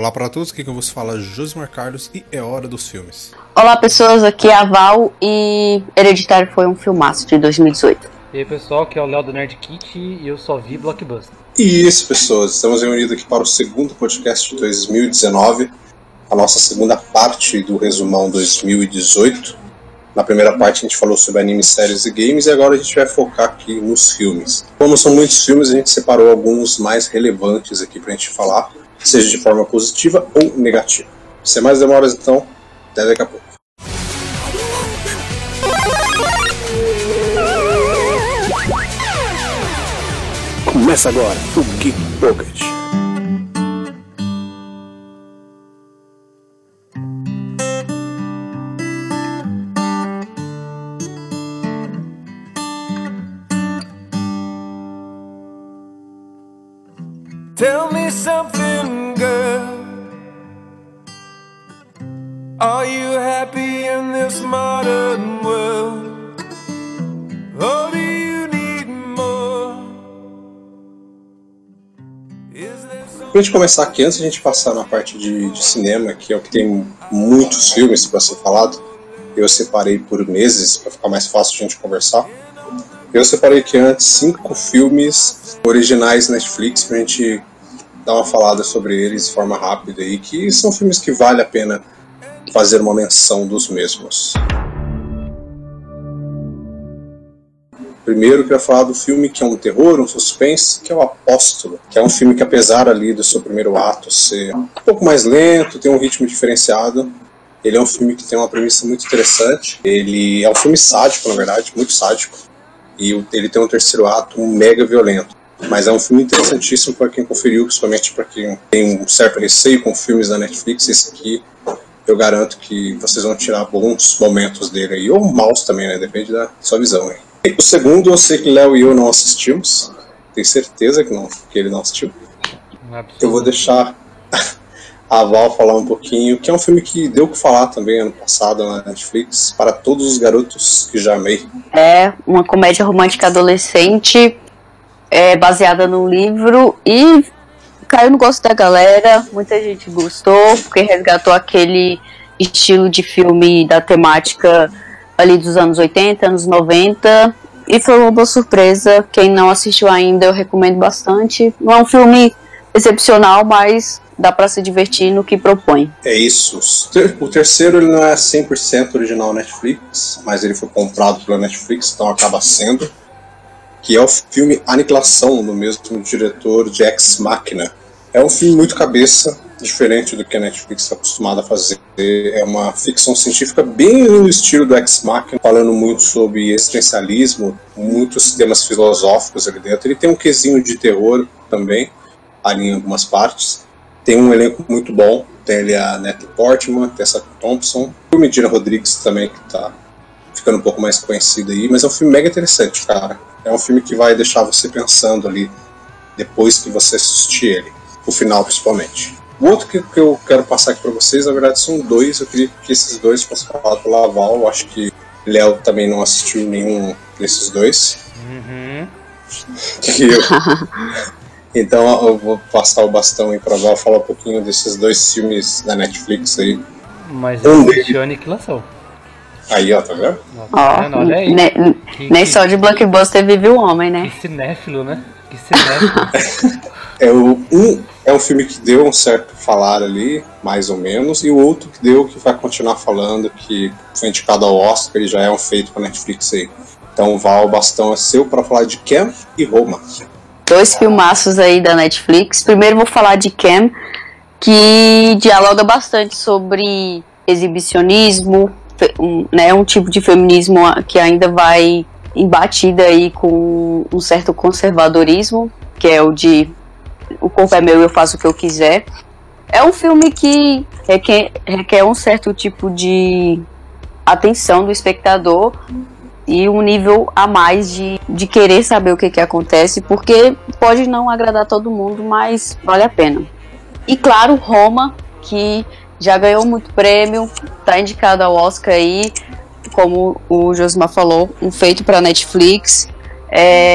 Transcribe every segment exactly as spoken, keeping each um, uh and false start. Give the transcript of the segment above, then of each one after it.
Olá para todos, aqui que eu vos falo é Josimar Carlos e é hora dos filmes. Olá pessoas, aqui é a Val e Hereditário foi um filmaço de dois mil e dezoito. E aí pessoal, aqui é o Léo do Nerd Kit e eu só vi Blockbuster. E isso pessoas, estamos reunidos aqui para o segundo podcast de dois mil e dezenove, a nossa segunda parte do resumão dois mil e dezoito. Na primeira parte a gente falou sobre animes, séries e games e agora a gente vai focar aqui nos filmes. Como são muitos filmes, a gente separou alguns mais relevantes aqui pra gente falar, seja de forma positiva ou negativa. Sem mais demoras então, até daqui a pouco. Começa agora o Geek Pocket. Tell me something, girl. Are you happy in this modern world? Or do you need more? Pra gente começar aqui, antes de a gente passar na parte de, de cinema, que é o que tem muitos filmes para ser falado, eu separei por meses para ficar mais fácil a gente conversar. Eu separei aqui antes cinco filmes originais Netflix pra gente dar uma falada sobre eles de forma rápida aí, que são filmes que vale a pena fazer uma menção dos mesmos. Primeiro eu queria falar do filme que é um terror, um suspense, que é o Apóstolo, que é um filme que apesar ali do seu primeiro ato ser um pouco mais lento, tem um ritmo diferenciado, ele é um filme que tem uma premissa muito interessante, ele é um filme sádico na verdade, muito sádico, e ele tem um terceiro ato mega violento. Mas é um filme interessantíssimo para quem conferiu, principalmente para quem tem um certo receio com filmes da Netflix. Esse aqui eu garanto que vocês vão tirar bons momentos dele aí, ou maus também, né? Depende da sua visão aí. E o segundo eu sei que Léo e eu não assistimos, tenho certeza que, não, que ele não assistiu. Eu vou deixar a Val falar um pouquinho, que é um filme que deu o que falar também ano passado na Netflix, Para Todos os Garotos que Já Amei. É uma comédia romântica adolescente, é, baseada num livro e caiu no gosto da galera, muita gente gostou, porque resgatou aquele estilo de filme da temática ali dos anos oitenta, anos noventa, e foi uma boa surpresa. Quem não assistiu ainda, eu recomendo bastante. Não é um filme excepcional, mas dá pra se divertir no que propõe. É isso. O terceiro ele não é cem por cento original Netflix, mas ele foi comprado pela Netflix, então acaba sendo, que é o filme Aniquilação, do mesmo diretor de Ex Machina. É um filme muito cabeça, diferente do que a Netflix está acostumada a fazer. É uma ficção científica bem no estilo do Ex Machina, falando muito sobre existencialismo, muitos temas filosóficos ali dentro. Ele tem um quesinho de terror também, ali em algumas partes. Tem um elenco muito bom, tem ali a Natalie Portman, Tessa Thompson, o Medina Rodrigues também, que está ficando um pouco mais conhecido aí, mas é um filme mega interessante, cara. É um filme que vai deixar você pensando ali, depois que você assistir ele, o final principalmente. O outro que, que eu quero passar aqui pra vocês, na verdade são dois, eu queria que esses dois fossem falados pela Val, eu acho que Léo também não assistiu nenhum desses dois. Uhum. Que eu... Então eu vou passar o bastão aí pra Val falar um pouquinho desses dois filmes da Netflix aí. Mas eu assisti a Aniquilação. Aí, ó, tá vendo? Ó, vendo? Olha aí. Ne- Que- nem que- só de blockbuster vive o homem, né? Que cinéfilo, né? Que cinéfilo. É, o, um é um filme que deu um certo falar ali, mais ou menos, e o outro que deu que vai continuar falando, que foi indicado ao Oscar e já é um feito com a Netflix aí. Então, Val, o bastão é seu para falar de Cam e Roma. Dois filmaços aí da Netflix. Primeiro vou falar de Cam, que dialoga bastante sobre exibicionismo, um, né, um tipo de feminismo que ainda vai embatida aí com um certo conservadorismo, que é o de o corpo é meu e eu faço o que eu quiser. É um filme que requer, requer um certo tipo de atenção do espectador e um nível a mais de, de querer saber o que, que acontece, porque pode não agradar todo mundo, mas vale a pena. E claro, Roma, que já ganhou muito prêmio, tá indicado ao Oscar aí, como o Josimar falou, um feito para Netflix. É,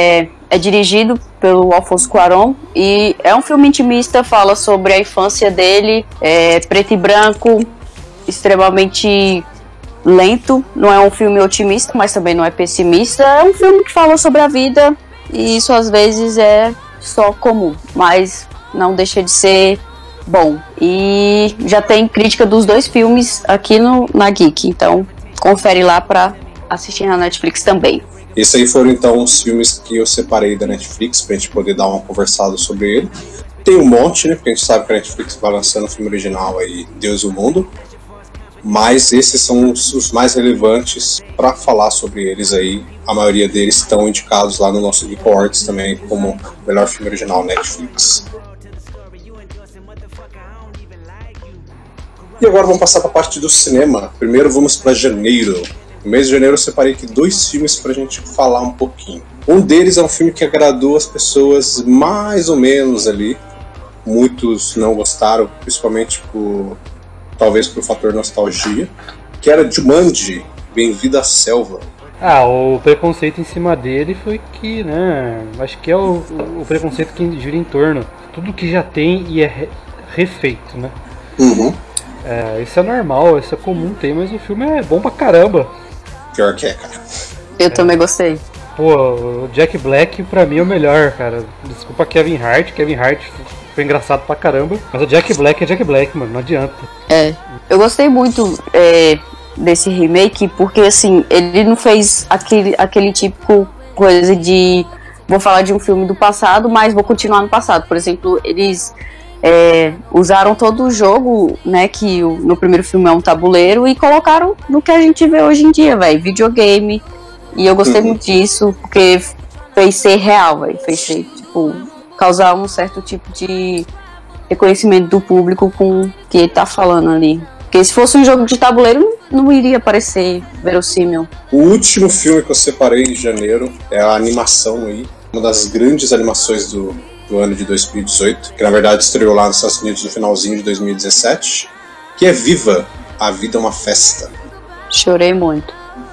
é dirigido pelo Alfonso Cuarón e é um filme intimista, fala sobre a infância dele, é preto e branco, extremamente lento, não é um filme otimista, mas também não é pessimista, é um filme que fala sobre a vida e isso às vezes é só comum, mas não deixa de ser bom. E já tem crítica dos dois filmes aqui no, na Geek, então confere lá pra assistir na Netflix também. Esses aí foram então os filmes que eu separei da Netflix pra gente poder dar uma conversada sobre ele. Tem um monte, né? Porque a gente sabe que a Netflix vai lançando o filme original aí, Deus e o Mundo. Mas esses são os, os mais relevantes para falar sobre eles aí. A maioria deles estão indicados lá no nosso Geek Awards também como melhor filme original Netflix. E agora vamos passar para a parte do cinema. Primeiro vamos para janeiro. No mês de janeiro eu separei aqui dois filmes pra gente falar um pouquinho. Um deles é um filme que agradou as pessoas mais ou menos ali. Muitos não gostaram, principalmente por, talvez por fator nostalgia. Que era Jumanji, Bem-vindo à Selva. Ah, o preconceito em cima dele foi que, né, acho que é o, o preconceito que gira em torno. Tudo que já tem e é re, refeito, né? Uhum. É, isso é normal, isso é comum ter, mas o filme é bom pra caramba. Pior que é, cara. Eu é. também gostei. Pô, o Jack Black pra mim é o melhor, cara. Desculpa Kevin Hart, Kevin Hart foi engraçado pra caramba. Mas o Jack Black é Jack Black, mano, não adianta. É, eu gostei muito é, desse remake, porque assim, ele não fez aquele, aquele típico coisa de vou falar de um filme do passado, mas vou continuar no passado. Por exemplo, eles é, usaram todo o jogo, né, que o, no primeiro filme é um tabuleiro, e colocaram no que a gente vê hoje em dia, velho, videogame. E eu gostei uhum. muito disso, porque fez ser real, velho, fez ser, tipo, causar um certo tipo de reconhecimento do público com o que ele tá falando ali. Porque se fosse um jogo de tabuleiro, não, não iria parecer verossímil. O último filme que eu separei em janeiro é a animação aí, uma das grandes animações do, do ano de dois mil e dezoito, que na verdade estreou lá nos Estados Unidos no finalzinho de dois mil e dezessete, que é Viva, a Vida é uma Festa. Chorei muito.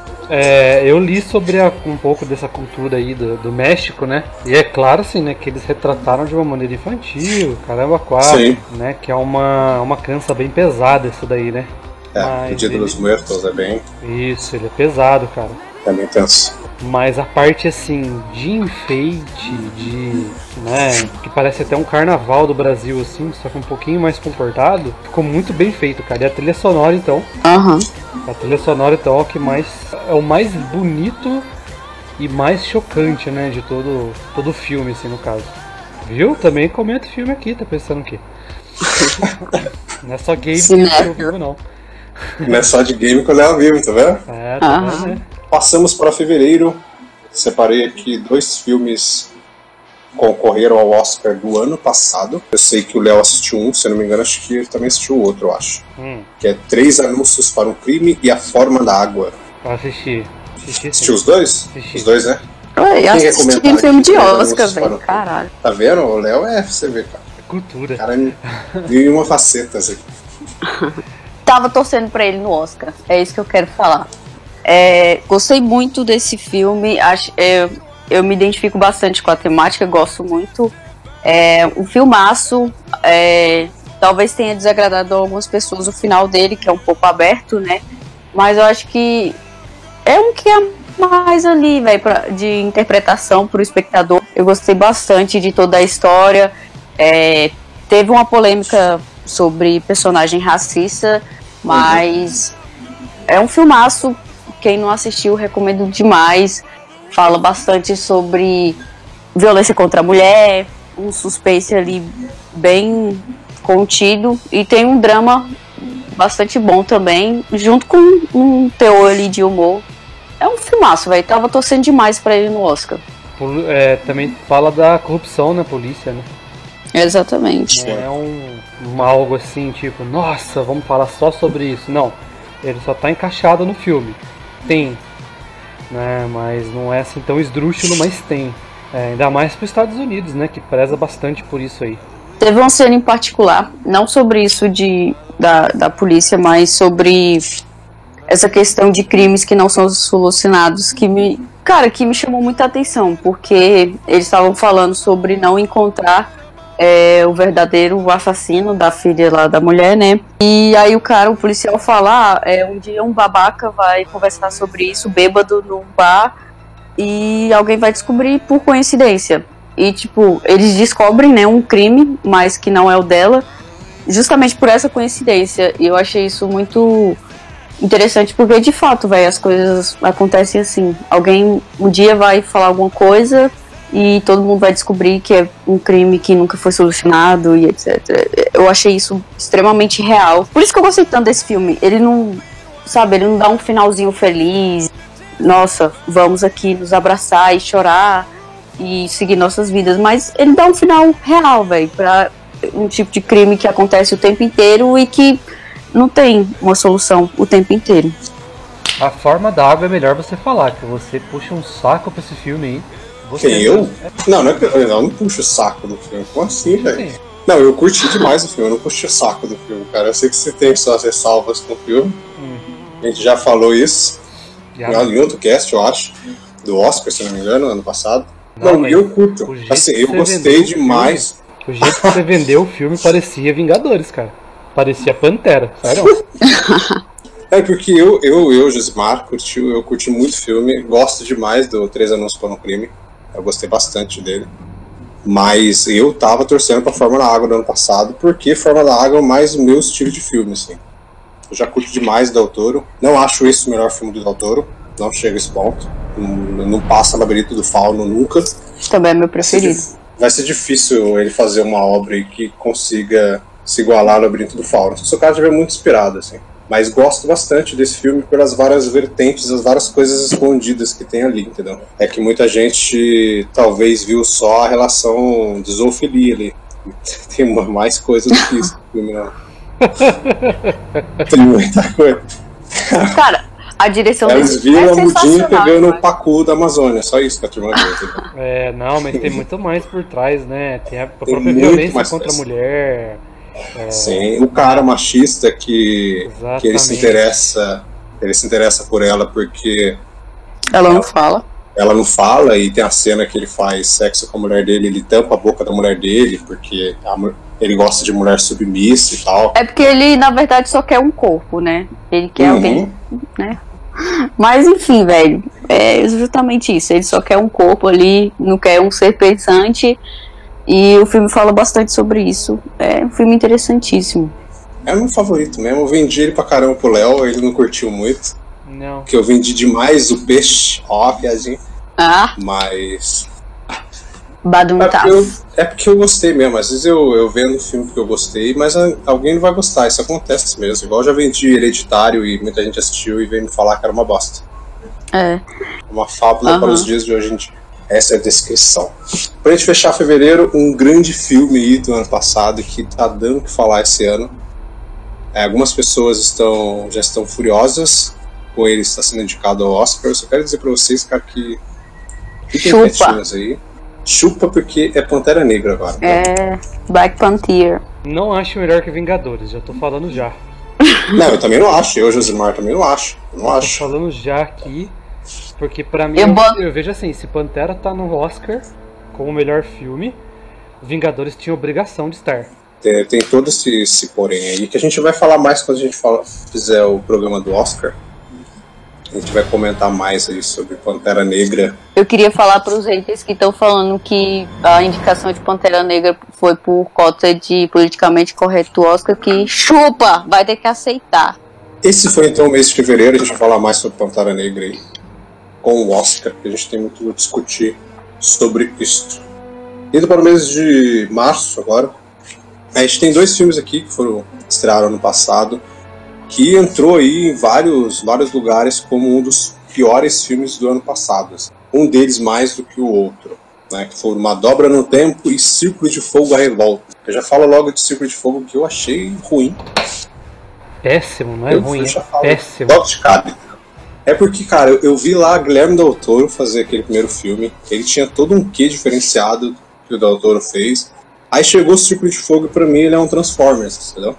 É, eu li sobre a, um pouco dessa cultura aí do, do México, né? E é claro, assim, né, que eles retrataram de uma maneira infantil, caramba, quatro, Sim. né? Que é uma, uma cansa bem pesada isso daí, né? É, Mas o Dia ele... dos Muertos é bem... Isso, ele é pesado, cara. É bem tenso. Mas a parte, assim, de enfeite, de... né, que parece até um carnaval do Brasil, assim, só que um pouquinho mais comportado, ficou muito bem feito, cara. E a trilha sonora, então... Aham. Uhum. A trilha sonora, então, é o que mais... é o mais bonito e mais chocante, né, de todo todo o filme, assim, no caso. Viu? Também comenta o filme aqui, tá pensando o quê? Não é só game Sim, que eu vivo, não. Não é só de game que eu levo vivo, tá vendo? É, tá Aham. vendo, né? Passamos para fevereiro. Separei aqui dois filmes que concorreram ao Oscar do ano passado. Eu sei que o Léo assistiu um, se eu não me engano, acho que ele também assistiu o outro, eu acho. Hum. Que é Três Anúncios para um Crime e A Forma da Água. Eu assisti. Assisti, Assistiu os dois? Assisti. Os dois, né? Ué, eu assisti um filme de Oscar, velho. um... Caralho. Tá vendo? O Léo é, você vê, cara. Cultura. O cara viu em uma faceta, assim. Tava torcendo pra ele no Oscar, é isso que eu quero falar. É, gostei muito desse filme, acho, é, eu me identifico bastante com a temática, gosto muito. É um filmaço, é, talvez tenha desagradado a algumas pessoas o final dele, que é um pouco aberto, né? Mas eu acho que é um que é mais ali, velho, de interpretação pro espectador. Eu gostei bastante de toda a história. É, teve uma polêmica sobre personagem racista, mas uhum. é um filmaço. Quem não assistiu, recomendo demais. Fala bastante sobre violência contra a mulher, um suspense ali bem contido, e tem um drama bastante bom também, junto com um teor ali de humor. É um filmaço, velho. Tava torcendo demais pra ele no Oscar. É, também fala da corrupção na polícia, né? Exatamente. Não é um, um algo assim, tipo, nossa, vamos falar só sobre isso. Não, ele só tá encaixado no filme. Tem, né? Mas não é assim tão esdrúxulo, mas tem. É, ainda mais para os Estados Unidos, né? Que preza bastante por isso aí. Teve uma cena em particular, não sobre isso de, da, da polícia, mas sobre essa questão de crimes que não são solucionados, que me, Cara, que me chamou muita atenção, porque eles estavam falando sobre não encontrar é, o verdadeiro assassino da filha lá da mulher, né? E aí o cara, o policial fala, ah, é, um dia um babaca vai conversar sobre isso, bêbado num bar, e alguém vai descobrir por coincidência. E tipo, eles descobrem, né, um crime, mas que não é o dela, justamente por essa coincidência. E eu achei isso muito interessante, porque de fato, velho, as coisas acontecem assim. Alguém um dia vai falar alguma coisa e todo mundo vai descobrir que é um crime que nunca foi solucionado e etcétera. Eu achei isso extremamente real. Por isso que eu gostei tanto desse filme. Ele não, sabe, ele não dá um finalzinho feliz. Nossa, vamos aqui nos abraçar e chorar e seguir nossas vidas. Mas ele dá um final real, velho, pra um tipo de crime que acontece o tempo inteiro e que não tem uma solução o tempo inteiro. A forma da água é melhor você falar, que você puxa um saco pra esse filme aí. Você Quem, eu? É... Não, não é que eu não puxo o saco do filme. Como assim, velho? Não, eu curti demais o filme, eu não puxo o saco do filme, cara. Eu sei que você tem suas ressalvas com o filme. Uhum. A gente já falou isso já. Em outro cast, eu acho, do Oscar, se não me engano, ano passado. Não, não eu curto. Assim, eu gostei demais. Filme, o jeito que você vendeu o filme parecia Vingadores, cara. Parecia Pantera, sério? É porque eu, eu, eu Josimar, curti, eu curti muito o filme, gosto demais do Três Anúncios para um Crime, eu gostei bastante dele, mas eu tava torcendo pra Forma da Água do ano passado, porque Forma da Água é mais o meu estilo de filme, assim. Eu já curto demais Del Toro, não acho esse o melhor filme do Del Toro, não chega a esse ponto, não, não passa Labirinto do Fauno nunca. Também é meu preferido. Vai ser, vai ser difícil ele fazer uma obra que consiga se igualar ao Labirinto do Fauno. Se o cara estiver muito inspirado, assim. Mas gosto bastante desse filme pelas várias vertentes, as várias coisas escondidas que tem ali, entendeu? É que muita gente talvez viu só a relação de zoofilia ali. Tem mais coisa do que isso no filme, não. Tem muita coisa. Cara, a direção Eles viram a mudinha pegando o pacu da Amazônia, só isso que a turma viu. É, não, mas tem muito mais por trás, né? Tem a própria tem violência contra a mulher. É... Sim, o cara machista que, que ele se interessa, ele se interessa por ela porque ela não fala. Ela não fala e tem a cena que ele faz sexo com a mulher dele, ele tampa a boca da mulher dele porque a, ele gosta de mulher submissa e tal. É porque ele na verdade só quer um corpo, né? Ele quer uhum. alguém, né? Mas enfim, velho, é justamente isso. Ele só quer um corpo ali, não quer um ser pensante. E o filme fala bastante sobre isso. É um filme interessantíssimo. É o meu favorito mesmo. Eu vendi ele pra caramba pro Léo, ele não curtiu muito. Não. Porque eu vendi demais o peixe. Ó, piadinha. Ah. Mas. Badum-tas. É porque, eu, é porque eu gostei mesmo. Às vezes eu, eu vendo o filme porque eu gostei, mas alguém não vai gostar. Isso acontece mesmo. Igual eu já vendi Hereditário e muita gente assistiu e veio me falar que era uma bosta. É. Uma fábula uhum. para os dias de hoje em dia. Essa é a descrição. Pra gente fechar fevereiro, um grande filme aí do ano passado que tá dando o que falar esse ano. É, algumas pessoas estão, já estão furiosas com ele estar sendo indicado ao Oscar. Eu só quero dizer pra vocês, cara, que fiquem quietinhos aí. Chupa porque é Pantera Negra agora. É, Black Panther. Não acho melhor que Vingadores, já tô falando já. Não, eu também não acho. Eu, Josimar, também não acho. Eu não eu acho. Tô falando já aqui. Porque pra mim, eu, eu, boto... eu vejo assim, se Pantera tá no Oscar como o melhor filme, Vingadores tinha obrigação de estar. Tem, tem todo esse, esse porém aí, que a gente vai falar mais quando a gente fala, fizer o programa do Oscar. A gente vai comentar mais aí sobre Pantera Negra. Eu queria falar pros haters que estão falando que a indicação de Pantera Negra foi por cota de politicamente correto do Oscar, que chupa, vai ter que aceitar. Esse foi então o mês de fevereiro, a gente vai falar mais sobre Pantera Negra aí. Com o Oscar, que a gente tem muito a discutir sobre isto. Indo para o mês de março agora, a gente tem dois filmes aqui que foram estrearam ano passado, que entrou aí em vários, vários lugares como um dos piores filmes do ano passado. Um deles mais do que o outro, né, que foram Uma Dobra no Tempo e Círculo de Fogo a Revolta. Eu já falo logo de Círculo de Fogo, que eu achei ruim. Péssimo, não é eu, ruim, eu é péssimo. Logo de cara. É porque, cara, eu, eu vi lá Guilherme Del Toro fazer aquele primeiro filme. Ele tinha todo um quê diferenciado que o Del Toro fez. Aí chegou o Círculo de Fogo e pra mim ele é um Transformers, entendeu?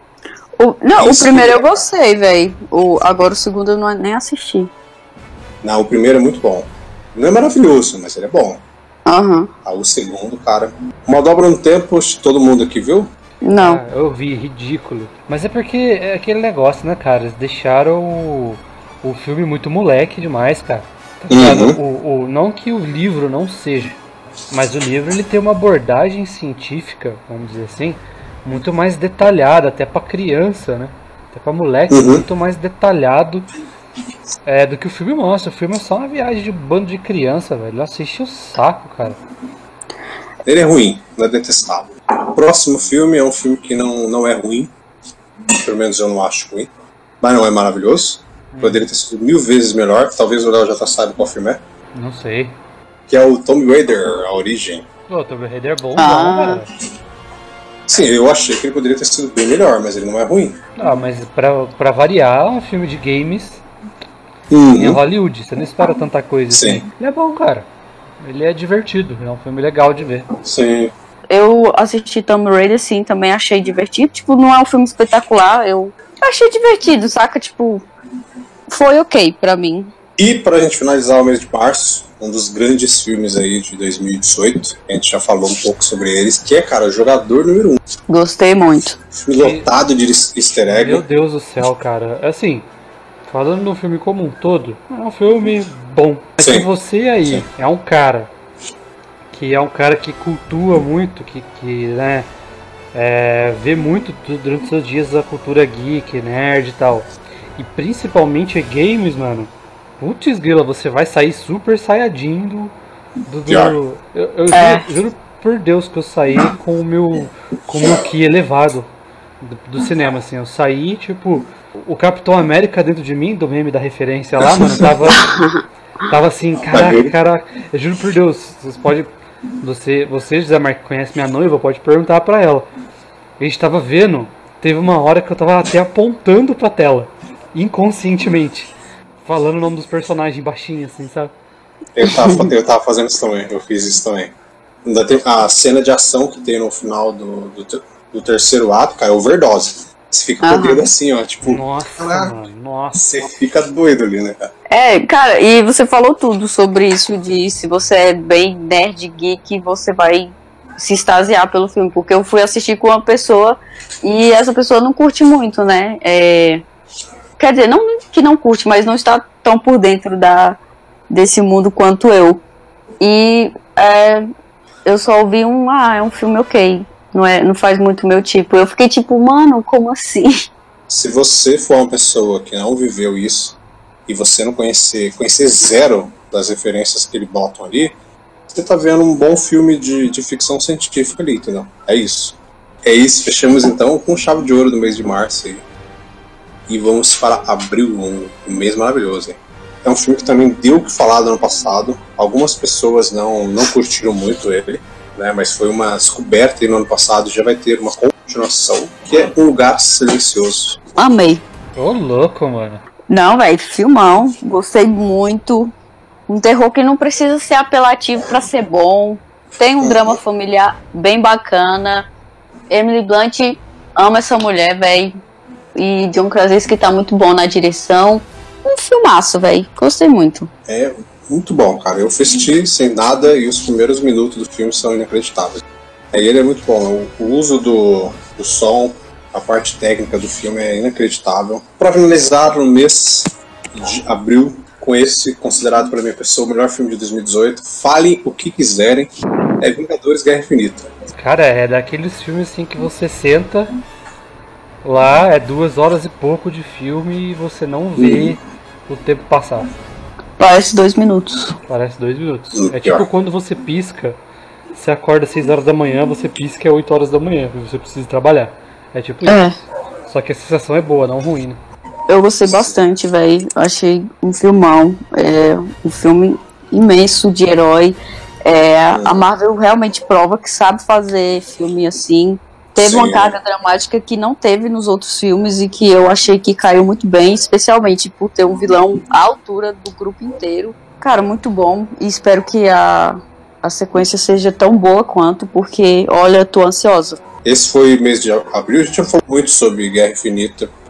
O, não, Isso o primeiro que... eu gostei, velho. Agora o segundo eu não, nem assisti. Não, o primeiro é muito bom. Não é maravilhoso, mas ele é bom. Aham. Ah, o segundo, cara... Uma Dobra no Tempo, acho que todo mundo aqui viu? Não. Ah, eu vi, ridículo. Mas é porque é aquele negócio, né, cara? Eles deixaram o, o filme muito moleque demais, cara. Tá ligado? Uhum. O, o, não que o livro não seja, mas o livro ele tem uma abordagem científica, vamos dizer assim, muito mais detalhada, até pra criança, né? Até pra moleque, Uhum. muito mais detalhado é, do que o filme mostra. O filme é só uma viagem de bando de criança, velho. Assiste o saco, cara. Ele é ruim, não é detestável. O próximo filme é um filme que não, não é ruim. Pelo menos eu não acho ruim. Mas não é maravilhoso. Poderia ter sido mil vezes melhor. Talvez o Léo já tá saiba qual filme é. Não sei. Que é o Tomb Raider, A Origem. Pô, o Tomb Raider é bom, Ah. não, velho. Sim, eu achei que ele poderia ter sido bem melhor, mas ele não é ruim. Ah, mas pra, pra variar, é um filme de games em Uhum. Hollywood. Você não espera tanta coisa Sim. assim. Ele é bom, cara. Ele é divertido. É um filme legal de ver. Sim. Eu assisti Tomb Raider, sim, também achei divertido. Tipo, não é um filme espetacular, eu achei divertido, saca? Tipo, foi ok pra mim. E pra gente finalizar o mês de março, um dos grandes filmes aí de dois mil e dezoito, a gente já falou um pouco sobre eles, que é, cara, o Jogador número um. Gostei muito. Filme lotado de easter egg. Meu Deus do céu, cara. Assim, falando no filme como um todo, é um filme bom. Mas Sim. se você aí Sim. é um cara que é um cara que cultua muito, que, que né, é, vê muito tu- durante os seus dias a cultura geek, nerd e tal, e principalmente games, mano, putz grila, você vai sair super saiyajin do... do, do Pior. eu eu É. juro, juro por Deus que eu saí com o meu, com o meu ki elevado do, do cinema, assim, eu saí, tipo, o Capitão América dentro de mim, do meme da referência lá, mano, tava... Tava assim, caraca, caraca, eu juro por Deus, vocês podem... Você, você, José Marco, que conhece minha noiva, pode perguntar pra ela. A gente tava vendo, teve uma hora que eu tava até apontando pra tela, inconscientemente, falando o nome dos personagens baixinho, assim, sabe? Eu tava, eu tava fazendo isso também, eu fiz isso também. Ainda tem a cena de ação que tem no final do, do, te- do terceiro ato, cara, é overdose. Você fica com o Aham. dedo assim, ó, tipo, Nossa, Caraca. mano, nossa. você fica doido ali, né, cara? É, cara, e você falou tudo sobre isso de se você é bem nerd geek, você vai se extasiar pelo filme, porque eu fui assistir com uma pessoa e essa pessoa não curte muito, né? É, quer dizer, não que não curte, mas não está tão por dentro da, desse mundo quanto eu. E é, eu só ouvi um, ah, é um filme ok, não, é, não faz muito meu tipo. Eu fiquei tipo, mano, como assim? Se você for uma pessoa que não viveu isso e você não conhecer, conhecer zero das referências que eles botam ali, você tá vendo um bom filme de, de ficção científica ali, entendeu? É isso. É isso, fechamos então com chave de ouro do mês de março aí. E vamos para abril, um, um mês maravilhoso, hein? É um filme que também deu o que falar do ano passado. Algumas pessoas não, não curtiram muito ele, né? Mas foi uma descoberta aí no ano passado. Já vai ter uma continuação, que é Um Lugar Silencioso. Amei. Ô louco, mano. Não, velho, filmão. Gostei muito. Um terror que não precisa ser apelativo pra ser bom. Tem um drama familiar bem bacana. Emily Blunt ama essa mulher, velho. E John Krasinski tá muito bom na direção. Um filmaço, velho. Gostei muito. É muito bom, cara. Eu assisti sem nada e os primeiros minutos do filme são inacreditáveis. É, ele é muito bom. O, o uso do, do som, a parte técnica do filme é inacreditável. Para finalizar no mês de abril, com esse considerado pela minha pessoa o melhor filme de dois mil e dezoito, falem o que quiserem, é Vingadores Guerra Infinita. Cara, é daqueles filmes assim que você senta lá, é duas horas e pouco de filme e você não vê o tempo passar. Parece dois minutos. Parece dois minutos. Hum, É tipo pior. quando você pisca, você acorda às seis horas da manhã, você pisca é oito horas da manhã, porque você precisa trabalhar. É tipo É. isso. Só que a sensação é boa, não ruim, né? Eu gostei bastante, velho. Achei um filmão. É um filme imenso de herói. É, a Marvel realmente prova que sabe fazer filme assim. Teve Sim. uma carga dramática que não teve nos outros filmes e que eu achei que caiu muito bem, especialmente por ter um vilão à altura do grupo inteiro. Cara, muito bom. E espero que a, a sequência seja tão boa quanto, porque, olha, tô ansiosa. Esse foi o mês de abril. A gente já falou muito sobre Guerra Infinita,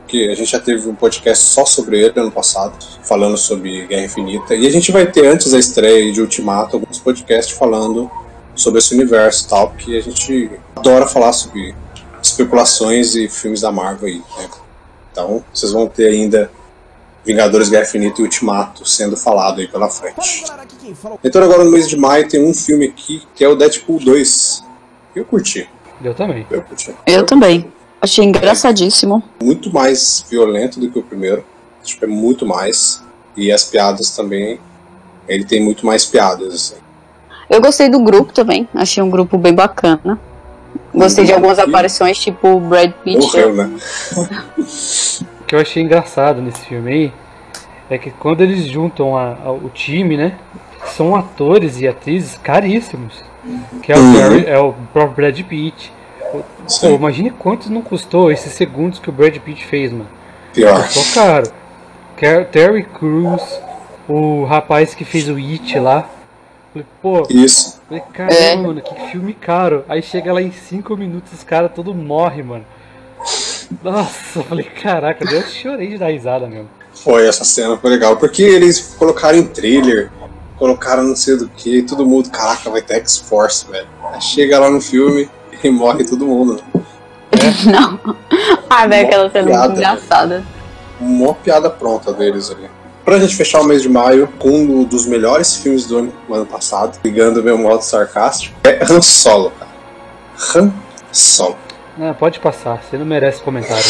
porque a gente já teve um podcast só sobre ele ano passado, falando sobre Guerra Infinita, e a gente vai ter, antes da estreia de Ultimato, alguns podcasts falando sobre esse universo e tal, porque a gente adora falar sobre especulações e filmes da Marvel aí, né? Então, vocês vão ter ainda Vingadores, Guerra Infinita e Ultimato sendo falado aí pela frente. Então agora no mês de maio tem um filme aqui que é o Deadpool dois. Eu curti. Eu também. Eu curti. Eu também. Achei engraçadíssimo. Muito mais violento do que o primeiro. Tipo, é muito mais. E as piadas também. Ele tem muito mais piadas, assim. Eu gostei do grupo também. Achei um grupo bem bacana. Gostei de algumas aparições, tipo o Brad Pitt. Morreu, né? O que eu achei engraçado nesse filme aí é que quando eles juntam a, a, o time, né? São atores e atrizes caríssimos. Que é o, Uhum. Gary, é o próprio Brad Pitt. Pô, imagine quantos não custou esses segundos que o Brad Pitt fez, mano. Pior. Custou caro. Car- Terry Crews, o rapaz que fez o It lá. Falei, pô, Isso. falei, caramba, É. mano, que filme caro. Aí chega lá em cinco minutos os caras todos morrem, mano. Nossa, eu falei, caraca, eu chorei de dar risada mesmo. Foi, essa cena foi legal. Porque eles colocaram em trailer, colocaram não sei do que, e todo mundo, caraca, vai ter X-Force, velho. Aí chega lá no filme e morre todo mundo. Não. Ah, velho, aquela cena Piada, muito engraçada. Uma piada pronta deles ali. Pra gente fechar o mês de maio com um dos melhores filmes do ano, do ano passado, ligando meu modo sarcástico, é Han Solo, cara. Han Solo. Ah, pode passar, você não merece comentário.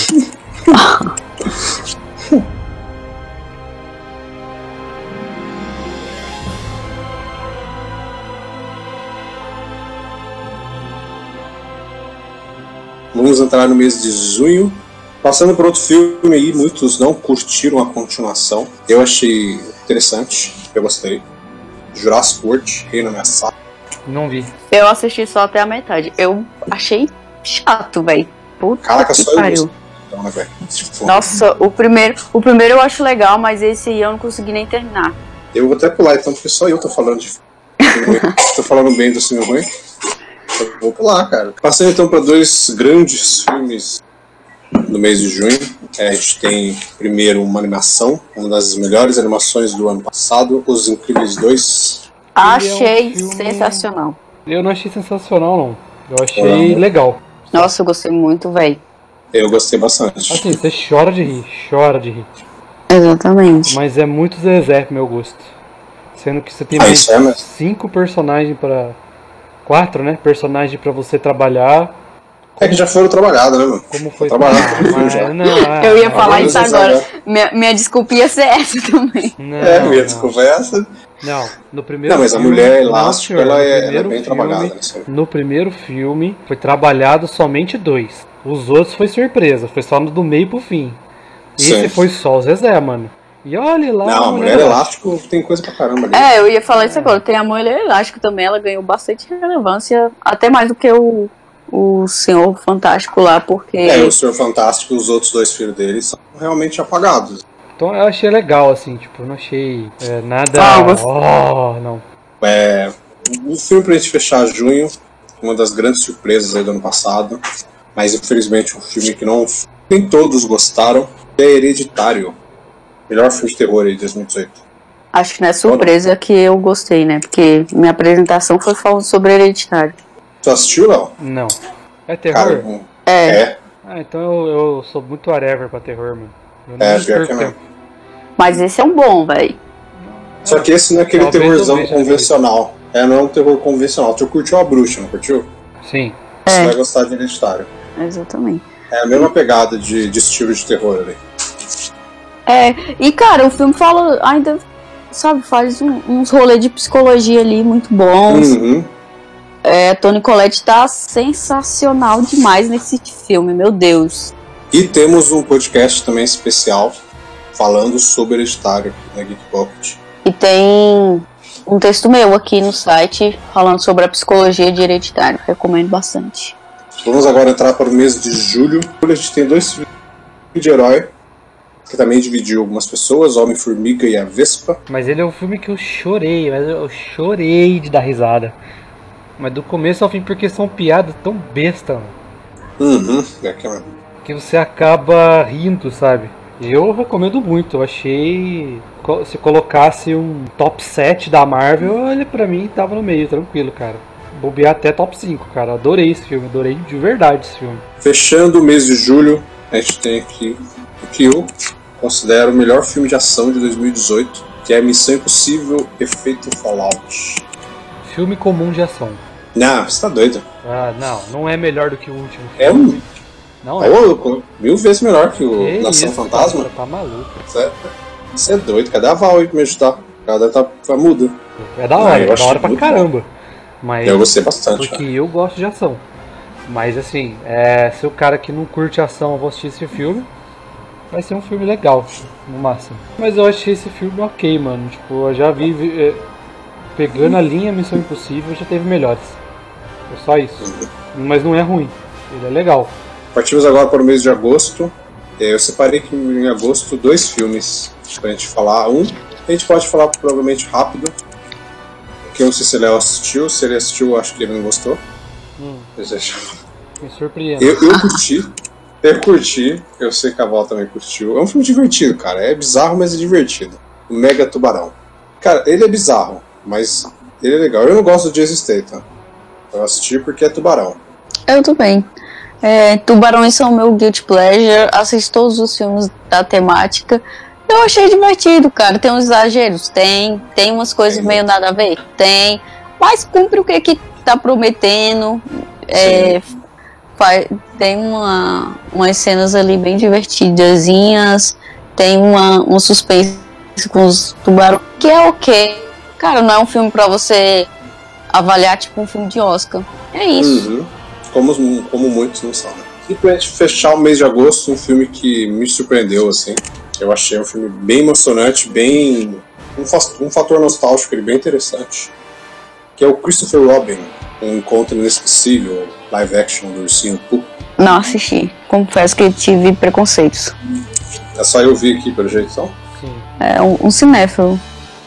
Vamos entrar no mês de junho. Passando por outro filme aí, muitos não curtiram a continuação. Eu achei interessante, eu gostei. Jurassic World, Reino Ameaçado. Não vi. Eu assisti só até a metade. Eu achei chato, velho. Puta Caraca, que só eu pariu. gostei. Então, né, velho? Tipo, Nossa, o primeiro, o primeiro eu acho legal, mas esse aí eu não consegui nem terminar. eu vou até pular então, porque só eu tô falando de filme ruim. Tô falando bem do filme ruim. Eu vou pular, cara. Passando então para dois grandes filmes no mês de junho. É, a gente tem primeiro uma animação, uma das melhores animações do ano passado, Os Incríveis dois. Achei filme- sensacional. Eu não achei sensacional, não. Eu achei Ah. legal. Nossa, eu gostei muito, velho. Eu gostei bastante. Assim, você chora de rir, chora de rir. Exatamente. Mas é muito Zezé pro meu gosto. Sendo que você tem Ah, mais isso é, mas- cinco personagens pra... Quatro, né? Personagens pra você trabalhar. É que já foram trabalhados, né, mano? Como foi... Trabalhado Ah, no filme mas já. não, ah, Eu ia ah, falar agora isso você agora. sabe. Minha, minha desculpa ia ser essa também. Não, É, minha não. desculpa é essa. Não, no primeiro Não, mas a filme- mulher não, elástico, senhor, ela no é, ela é primeiro bem filme- trabalhada, né, senhor? No primeiro filme foi trabalhado somente dois. Os outros foi surpresa, foi só no do meio pro fim. Esse Sim. foi só o Zezé, mano. E olha lá. Não, a mulher elástico tem coisa pra caramba ali. É, eu ia falar isso agora. Tem a Mulher Elástica também, ela ganhou bastante relevância, até mais do que o, o Senhor Fantástico lá, porque... É, o Senhor Fantástico e os outros dois filhos dele são realmente apagados. Então eu achei legal, assim, tipo, eu não achei é, nada. Ah, eu gost- Oh, não. É, o filme pra gente fechar junho, uma das grandes surpresas aí do ano passado, mas infelizmente um filme que não nem todos gostaram, é Hereditário. Melhor filme de terror aí de dois mil e dezoito. Acho que não é surpresa que eu gostei, né? Porque minha apresentação foi falando sobre Hereditário. Tu assistiu, Léo? Não. É terror? Cara, um- É, é. Ah, então eu, eu sou muito whatever pra terror, mano. Eu não É, me pior perco que não. tempo. mas esse é um bom, velho. Só que esse não é aquele Talvez eu terrorzão veja convencional. É, não é um terror convencional. Tu curtiu a bruxa, não curtiu? Sim. Você É. vai gostar de Hereditário. Exatamente. É a mesma pegada de, de estilo de terror ali. É, e cara, o filme fala, ainda, sabe, faz um- uns rolês de psicologia ali muito bons. Uhum. É, Toni Collette tá sensacional demais nesse filme, meu Deus. E temos um podcast também especial falando sobre Hereditário na Geek Pocket. E tem um texto meu aqui no site falando sobre a psicologia de Hereditário, recomendo bastante. Vamos agora entrar para o mês de julho. A gente tem dois filmes de herói, que também dividiu algumas pessoas, Homem-Formiga e a Vespa. Mas ele é um filme que eu chorei, mas eu chorei de dar risada. Mas do começo ao fim, porque são piadas tão besta, mano. Uhum. É que, mano, que você acaba rindo, sabe? Eu recomendo muito, eu achei... Se colocasse um top sete da Marvel, ele pra mim tava no meio, tranquilo, cara. Bobear até top cinco, cara. Adorei esse filme, adorei de verdade esse filme. Fechando o mês de julho, a gente tem aqui o que eu considero o melhor filme de ação de dois mil e dezoito, que é Missão Impossível Efeito Fallout. Filme comum de ação. Não, você tá doido. Ah, não, não é melhor do que o último filme. É um... Não é. Ô, mil vezes melhor que o Que Nação isso, Fantasma. cara, tá maluco. Você, você é doido, cadê a Val aí pra me ajudar? Ela tá, tá muda. É da hora, Ah, eu é acho da hora pra muito caramba. Mas, Eu gostei bastante. porque Cara. eu gosto de ação. Mas assim, é, se o cara que não curte ação for assistir esse filme, vai ser um filme legal, no máximo. Mas eu achei esse filme ok, mano. Tipo, eu já vi, vi é, pegando a linha Missão Impossível, já teve melhores. É só isso. Mas não é ruim, ele é legal. Partimos agora para o mês de agosto. Eu separei aqui em agosto dois filmes pra gente falar. Um, a gente pode falar provavelmente rápido, que eu não sei se o Léo assistiu. Se ele assistiu, eu acho que ele não gostou. Hum, Mas deixa- me surpreende. Eu, eu curti, eu curti, eu sei que a Val também curtiu. É um filme divertido, cara. É bizarro, mas é divertido. O Mega Tubarão. Cara, ele é bizarro, mas ele é legal. Eu não gosto do Jason Statham. Eu assisti porque é tubarão. Eu também. É, Tubarões são meu guilty pleasure. Assisto todos os filmes da temática. Eu achei divertido, cara. Tem uns exageros? Tem. Tem umas coisas Tem. meio nada a ver? Tem. Mas cumpre o que que tá prometendo. É, fa- tem uma, umas cenas ali bem divertidazinhas. Tem uma, um suspense com os tubarões que é ok. Cara, não é um filme pra você avaliar tipo um filme de Oscar. É isso. Uhum. Como, como muitos não são, né? E pra gente fechar o mês de agosto, um filme que me surpreendeu, assim. Eu achei um filme bem emocionante, bem... Um, fa- um fator nostálgico ele bem interessante. Que é o Christopher Robin, Um Encontro Inesquecível, live action do Ursinho Pooh. Não assisti. Confesso que tive preconceitos. É só eu vi aqui, pelo jeito, então. Sim. É um, um cinéfilo.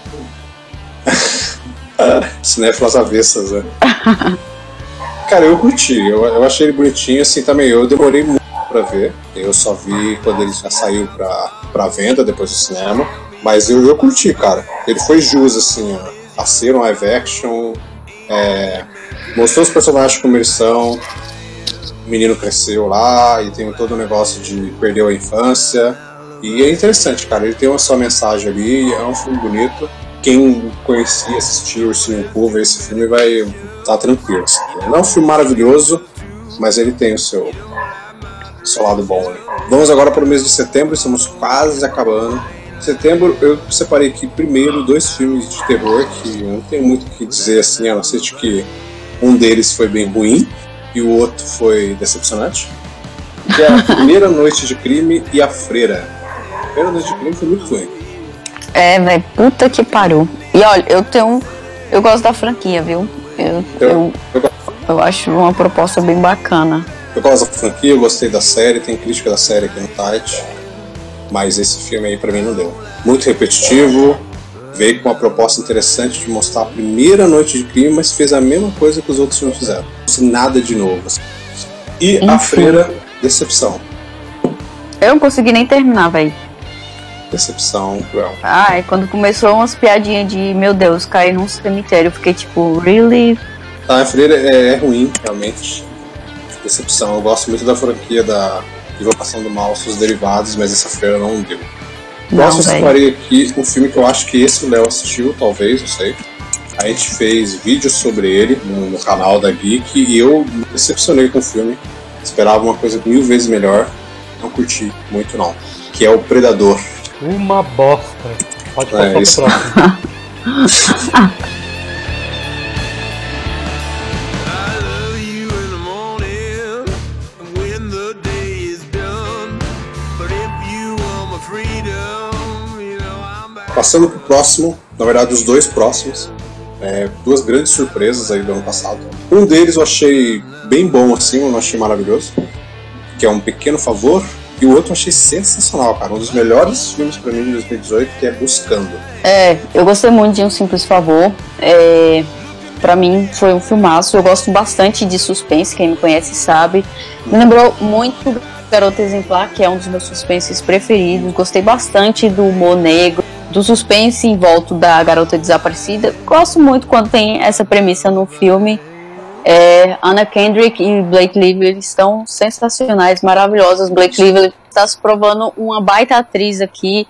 Cinéfilas avessas, né? Cara, eu curti, eu, eu achei ele bonitinho, assim, também. Eu demorei muito pra ver. Eu só vi quando ele já saiu pra, pra venda, depois do cinema. Mas eu, eu curti, cara. Ele foi jus, assim, a, a ser um live action. É, mostrou os personagens como eles são. O menino cresceu lá e tem todo o negócio de perdeu a infância. E é interessante, cara. Ele tem uma só mensagem ali, é um filme bonito. Quem conhecia, assistiu o Ursinho Pooh, ver esse filme vai estar tranquilo. Assim. Não é um filme maravilhoso, mas ele tem o seu, seu lado bom. Né? Vamos agora para o mês de setembro, estamos quase acabando. Em setembro eu separei aqui primeiro dois filmes de terror que eu não tenho muito o que dizer assim, a não ser de que um deles foi bem ruim e o outro foi decepcionante. Que é A Primeira Noite de Crime e A Freira. A Primeira Noite de Crime foi muito ruim. É, velho, puta que pariu. E olha, eu tenho. Eu gosto da franquia, viu? Eu, Eu, eu, eu, eu acho uma proposta bem bacana. eu gosto da franquia, eu gostei da série, tem crítica da série aqui no site. Mas esse filme aí pra mim não deu. Muito repetitivo, veio com uma proposta interessante de mostrar a primeira noite de crime, mas fez a mesma coisa que os outros filmes fizeram. Sem nada de novo. Assim. E A Enfim. Freira, decepção. Eu não consegui nem terminar, velho. Decepção cruel. Ai, quando começou umas piadinhas de meu Deus, cair num cemitério, eu fiquei tipo, really? A Freira é, é ruim, realmente. Decepção. Eu gosto muito da franquia da Invocação do Mal, seus derivados, mas essa Freira não deu. Não, Nossa, eu velho. separei aqui um filme que eu acho que esse o Léo assistiu, talvez, não sei. A gente fez vídeos sobre ele no, no canal da Geek e eu me decepcionei com o filme. Esperava uma coisa mil vezes melhor. Não curti muito não. Que é o Predador. Uma bosta. Pode passar É, pro isso. próximo. I love you in the morning when the day is done. But if you want my freedom, you know I'm back. Passando pro próximo, na verdade os dois próximos. É, duas grandes surpresas aí do ano passado. Um deles eu achei bem bom assim, eu não achei maravilhoso. Que é Um Pequeno Favor. E o outro eu achei sensacional, cara. Um dos melhores filmes pra mim de dois mil e dezoito, que é Buscando. É, eu gostei muito de Um Simples Favor. É, pra mim foi um filmaço. Eu gosto bastante de suspense, quem me conhece sabe. Me lembrou muito Garota Exemplar, que é um dos meus suspenses preferidos. Gostei bastante do humor negro, do suspense em volta da garota desaparecida. Gosto muito quando tem essa premissa no filme. É, Anna Kendrick e Blake Lively estão sensacionais, maravilhosas. Blake Lively está se provando uma baita atriz aqui.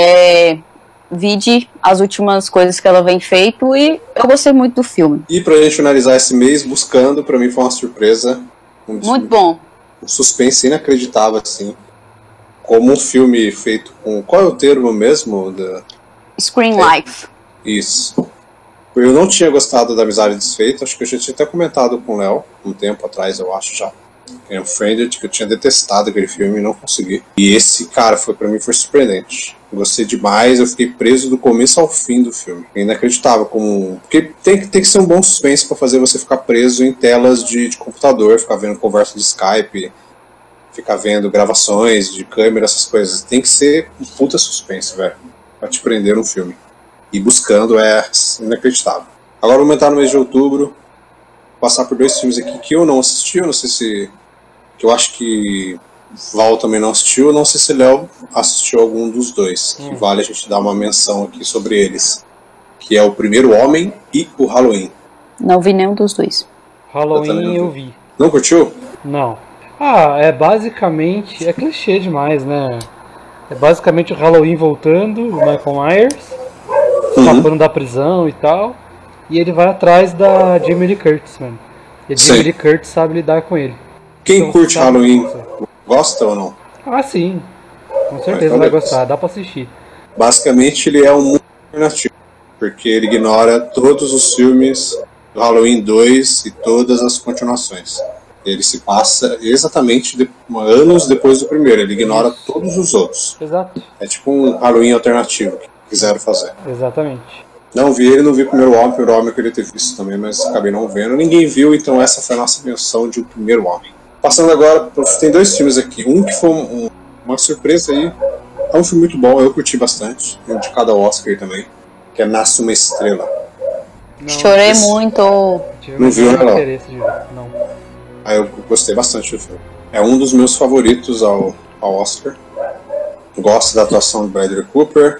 É, vide as últimas coisas que ela vem feito e eu gostei muito do filme. E pra gente finalizar esse mês, Buscando, pra mim foi uma surpresa. Um Muito bom. Um suspense inacreditável, assim. Como um filme feito com... Qual é o termo mesmo? Da... Screen é. Life. Isso. Eu não tinha gostado da Amizade Desfeita, acho que eu já tinha até comentado com o Léo, um tempo atrás, eu acho já. Em Unfriended, que eu tinha detestado aquele filme e não consegui. E esse, cara, foi pra mim foi surpreendente. Gostei demais, eu fiquei preso do começo ao fim do filme. É inacreditável como... Porque tem, tem que ser um bom suspense pra fazer você ficar preso em telas de, de computador, ficar vendo conversa de Skype, ficar vendo gravações de câmera, essas coisas. Tem que ser um puta suspense, velho, pra te prender no filme. E Buscando é inacreditável. Agora vamos entrar no mês de outubro, passar por dois filmes aqui que eu não assisti, eu não sei se... que eu acho que Val também não assistiu, eu não sei se Léo assistiu algum dos dois, que hum. vale a gente dar uma menção aqui sobre eles, que é o Primeiro Homem e o Halloween. Não vi nenhum dos dois. Halloween eu, eu vi. Não curtiu? Não. Ah, é basicamente, é clichê demais, né? É basicamente o Halloween voltando, o Michael Myers, escapando uhum. da prisão e tal, e ele vai atrás da Jamie Lee Curtis, mano. E a Jamie Lee Curtis sabe lidar com ele. Quem então, curte Halloween gosta ou não? Ah, sim. Com certeza vai gostar, dá pra assistir. Basicamente ele é um mundo alternativo, porque ele ignora todos os filmes do Halloween dois e todas as continuações. Ele se passa exatamente de, anos depois do primeiro, ele ignora Isso. todos os outros. Exato. É tipo um Halloween alternativo que quiseram fazer. Exatamente. Não vi ele, não vi o Primeiro Homem, o Primeiro Homem eu queria ter visto também, mas acabei não vendo. Ninguém viu, então essa foi a nossa menção de O Primeiro Homem. Passando agora, tem dois filmes aqui. Um que foi um, uma surpresa aí. É um filme muito bom, eu curti bastante. Indicado ao Oscar também. Que é Nasce Uma Estrela. Não, Chorei esse... muito. Não viu, não? Não. Aí eu gostei bastante do filme. É um dos meus favoritos ao, ao Oscar. Gosto da atuação do Bradley Cooper.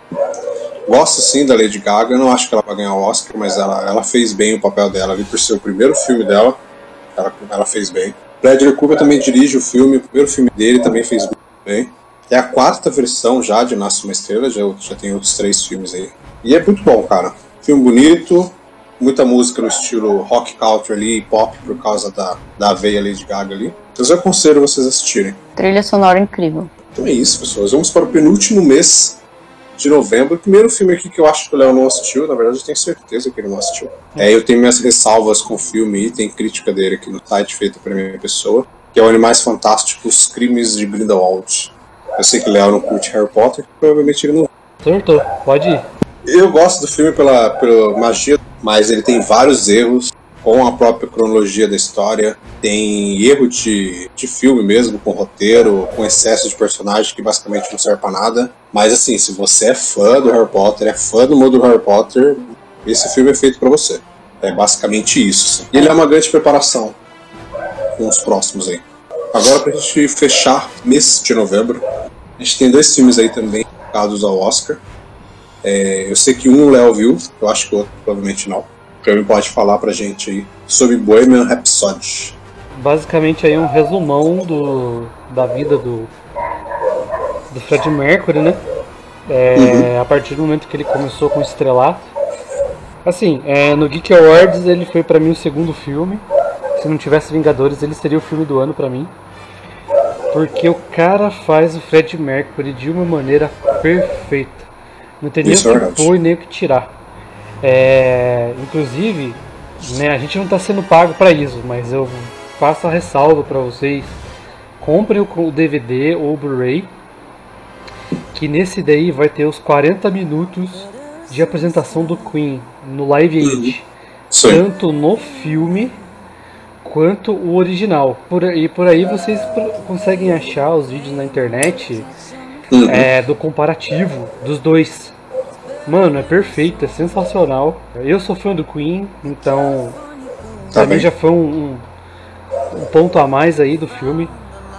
Gosto sim da Lady Gaga. Eu não acho que ela vai ganhar o Oscar, mas ela, ela fez bem o papel dela. Ali por ser o primeiro filme dela, ela, ela fez bem. Bradley Cooper também dirige o filme, o primeiro filme dele também fez muito bem. É a quarta versão já de Nasce Uma Estrela, já, já tem outros três filmes aí. E é muito bom, cara. Filme bonito, muita música no estilo rock country ali, pop, por causa da, da veia Lady Gaga ali. Eu aconselho vocês assistirem. Trilha sonora incrível. Então é isso, pessoas. Vamos para o penúltimo mês de novembro. O primeiro filme aqui que eu acho que o Léo não assistiu, na verdade eu tenho certeza que ele não assistiu. É, eu tenho minhas ressalvas com o filme e tem crítica dele aqui no site feita por minha pessoa, que é o Animais Fantásticos, Crimes de Grindelwald. Eu sei que o Léo não curte Harry Potter, provavelmente ele não. Acertou, pode ir. Eu gosto do filme pela, pela magia, mas ele tem vários erros com a própria cronologia da história. Tem erro de, de filme mesmo, com roteiro, com excesso de personagem que basicamente não serve pra nada. Mas assim, se você é fã do Harry Potter, é fã do mundo do Harry Potter, esse filme é feito pra você. É basicamente isso. Assim. E ele é uma grande preparação com os próximos aí. Agora, pra gente fechar mês de novembro, a gente tem dois filmes aí também indicados ao Oscar. É, eu sei que um o Léo viu, eu acho que o outro provavelmente não. O Cleo pode falar pra gente aí sobre Bohemian Rhapsody. Basicamente aí um resumão do, da vida do, do Freddie Mercury, né? É, uhum. A partir do momento que ele começou com o estrelato. Assim, é, no Geek Awards ele foi pra mim o segundo filme. Se não tivesse Vingadores, ele seria o filme do ano pra mim. Porque o cara faz o Freddie Mercury de uma maneira perfeita. Não tem nem o que pôr e nem o que tirar. É, inclusive, né, a gente não está sendo pago para isso, mas eu faço a ressalva para vocês. Comprem o D V D ou o Blu-ray, que nesse daí vai ter os quarenta minutos de apresentação do Queen no Live Aid, uhum. tanto no filme quanto o original. Por, e por aí vocês conseguem achar os vídeos na internet uhum. é, do comparativo dos dois. Mano, é perfeito, é sensacional. Eu sou fã do Queen, então tá pra bem. mim já foi um, um, um ponto a mais aí do filme.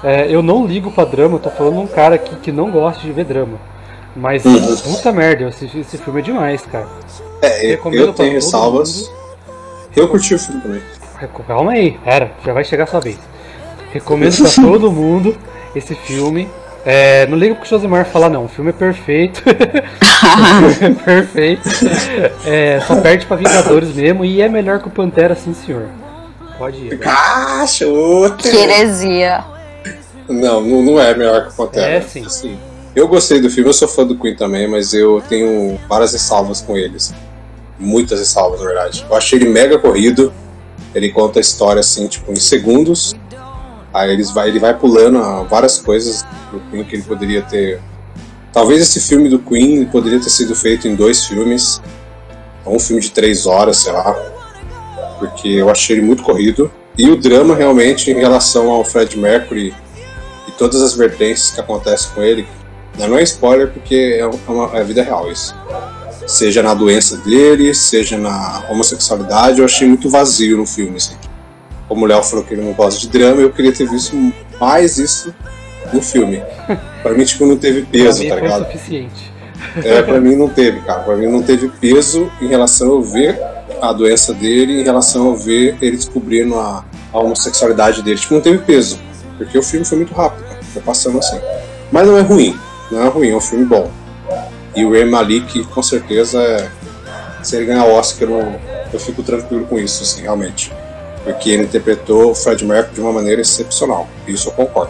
É, eu não ligo pra drama, eu tô falando um cara aqui que não gosta de ver drama. Mas, Uhum. puta merda, eu assisti esse filme é demais, cara. É, eu, Recomendo eu pra tenho todo ressalvas. Eu curti o filme também. Calma aí, pera, já vai chegar a sua vez. Recomendo pra todo mundo esse filme. É, não liga pro Josimar falar não, o filme é perfeito. O filme é perfeito. É, só perde pra Vingadores mesmo e é melhor que o Pantera, sim senhor. Pode ir. Né? Ah, chuta! Que heresia. Não, não, não é melhor que o Pantera. É, sim. Assim, eu gostei do filme, eu sou fã do Queen também, mas eu tenho várias ressalvas com eles. Muitas ressalvas, na verdade. Eu achei ele mega corrido. Ele conta a história assim, tipo, em segundos. Aí eles vai, ele vai pulando a várias coisas do Queen que ele poderia ter. Talvez esse filme do Queen poderia ter sido feito em dois filmes. Ou um filme de três horas, sei lá. Porque eu achei ele muito corrido. E o drama realmente em relação ao Fred Mercury e todas as vertentes que acontecem com ele. Não é spoiler porque é, uma, é a vida real isso. Seja na doença dele, seja na homossexualidade, eu achei muito vazio no filme. Assim. Como o Léo falou que ele não gosta de drama, eu queria ter visto mais isso no filme. Pra mim, tipo, não teve peso, Pra mim tá foi ligado? suficiente. É, pra mim não teve, cara. Pra mim não teve peso em relação a eu ver a doença dele, em relação a eu ver ele descobrindo a, a homossexualidade dele. Tipo, não teve peso. Porque o filme foi muito rápido, cara. Foi passando assim. Mas não é ruim. Não é ruim, é um filme bom. E o Rami Malek, com certeza, é... se ele ganhar o Oscar, eu, eu fico tranquilo com isso, assim, realmente. Porque ele interpretou o Fred Mercury de uma maneira excepcional. Isso eu concordo.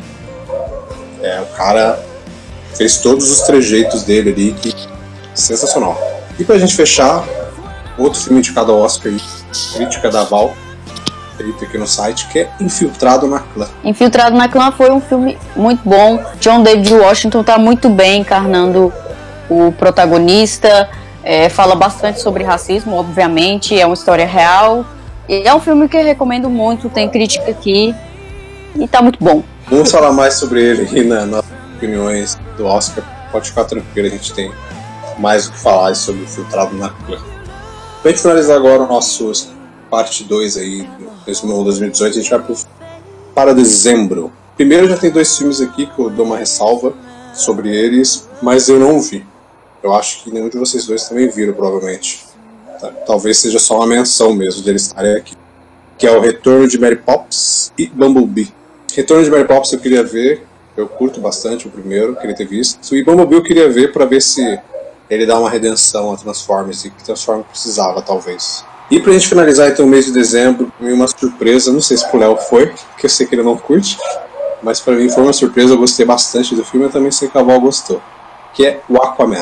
É, o cara fez todos os trejeitos dele ali, que sensacional. E pra gente fechar, outro filme indicado ao Oscar, crítica da Val, feito aqui no site, que é Infiltrado na Clã. Infiltrado na Clã foi um filme muito bom. John David Washington tá muito bem encarnando o protagonista. É, fala bastante sobre racismo, obviamente. É uma história real. E é um filme que eu recomendo muito. Tem crítica aqui. E tá muito bom. Vamos falar mais sobre ele aí na, nas opiniões do Oscar. Pode ficar tranquilo, a gente tem mais o que falar sobre o Infiltrado na Clã. Pra gente finalizar agora o nosso parte dois aí, do dois mil e dezoito, a gente vai pro, para dezembro. Primeiro já tem dois filmes aqui que eu dou uma ressalva sobre eles, mas eu não vi. Eu acho que nenhum de vocês dois também viram, provavelmente. Tá? Talvez seja só uma menção mesmo de eles estarem aqui. Que é o Retorno de Mary Poppins e Bumblebee. Retorno de Mary Poppins eu queria ver, eu curto bastante o primeiro, queria ter visto. E Bumblebee eu queria ver para ver se ele dá uma redenção a Transformers, que Transformers precisava, talvez. E pra gente finalizar então o mês de dezembro, uma surpresa, não sei se pro Léo foi, porque eu sei que ele não curte, mas pra mim foi uma surpresa, eu gostei bastante do filme, eu também sei que a Val gostou, que é o Aquaman.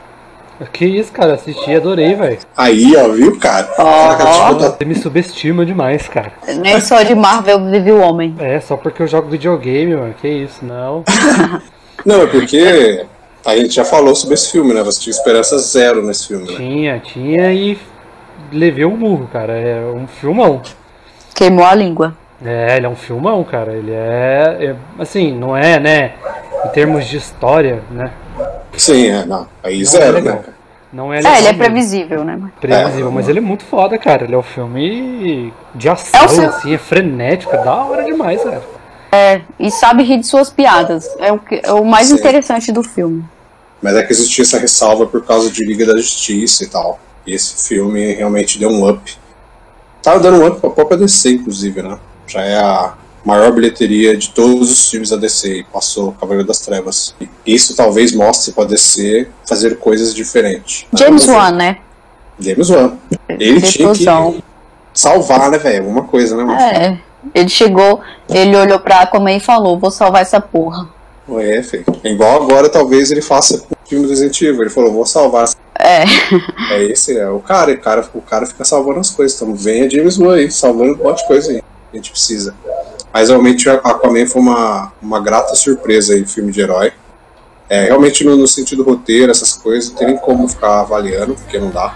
Que isso, cara, assisti e adorei, velho. Aí, ó, viu, cara? Caraca, deixa eu Você me subestima demais, cara. Nem só de Marvel vive o homem. É, só porque eu jogo videogame, mano. Que isso, não. Não, é porque a gente já falou sobre esse filme, né? Você tinha esperança zero nesse filme, né? Tinha, tinha e levei um burro, cara. É um filmão. Queimou a língua. É, ele é um filmão, cara. Ele é, é assim, não é, né? Em termos de história, né? Sim, é, não. Aí Não zero, é legal. né? Não é legal. É, ele é mesmo. previsível, né? Previsível, É. mas ele é muito foda, cara. Ele é um filme de ação, É o seu- assim, é frenético, é da hora demais, cara. E sabe rir de suas piadas. É o, que, é o mais Sim. interessante do filme. Mas é que existia essa ressalva por causa de Liga da Justiça e tal. E esse filme realmente deu um up. Tava dando um up pra própria D C, inclusive, né? Já é a maior bilheteria de todos os filmes da D C. E passou Cavaleiro das Trevas. E isso talvez mostre pra D C fazer coisas diferentes. James Vamos ver. Wan, né? James Wan. Ele tinha Explosão. que salvar, né, velho? Alguma coisa, né, mano? É. Ele chegou, ele olhou pra Aquaman e falou: vou salvar essa porra. É, feio. Igual agora, talvez ele faça com o filme do Resident Evil. Ele falou, vou salvar. É. É esse, é o cara. E o cara, o cara fica salvando as coisas. Então venha James Wan aí, salvando um monte de coisa aí. A gente precisa. Mas realmente a Aquaman foi uma, uma grata surpresa aí, filme de herói. É, realmente no, no sentido roteiro, essas coisas, não tem nem como ficar avaliando, porque não dá.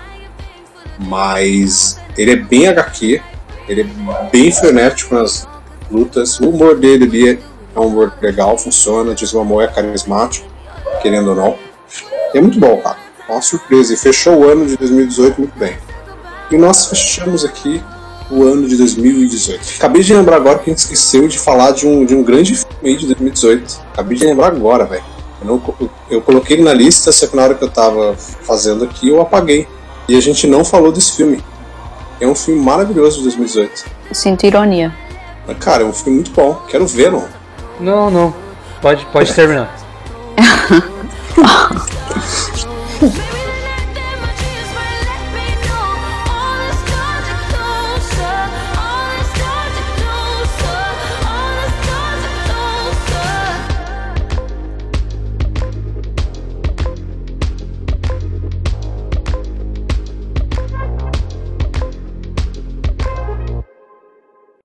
Mas ele é bem H Q, ele é bem frenético nas lutas. O humor dele ali é é um humor legal, funciona. Jason Momoa é carismático, querendo ou não. E é muito bom, cara. É uma surpresa. E fechou o ano de dois mil e dezoito muito bem. E nós fechamos aqui o ano de dois mil e dezoito. Acabei de lembrar agora que a gente esqueceu de falar de um, de um grande filme aí de dois mil e dezoito. Acabei de lembrar agora, velho. Eu, não, eu, eu coloquei ele na lista, só que na hora que eu tava fazendo aqui, eu apaguei. E a gente não falou desse filme. É um filme maravilhoso de dois mil e dezoito. Sinto ironia. Mas, cara, é um filme muito bom. Quero ver, não. Não, não. Pode, pode terminar.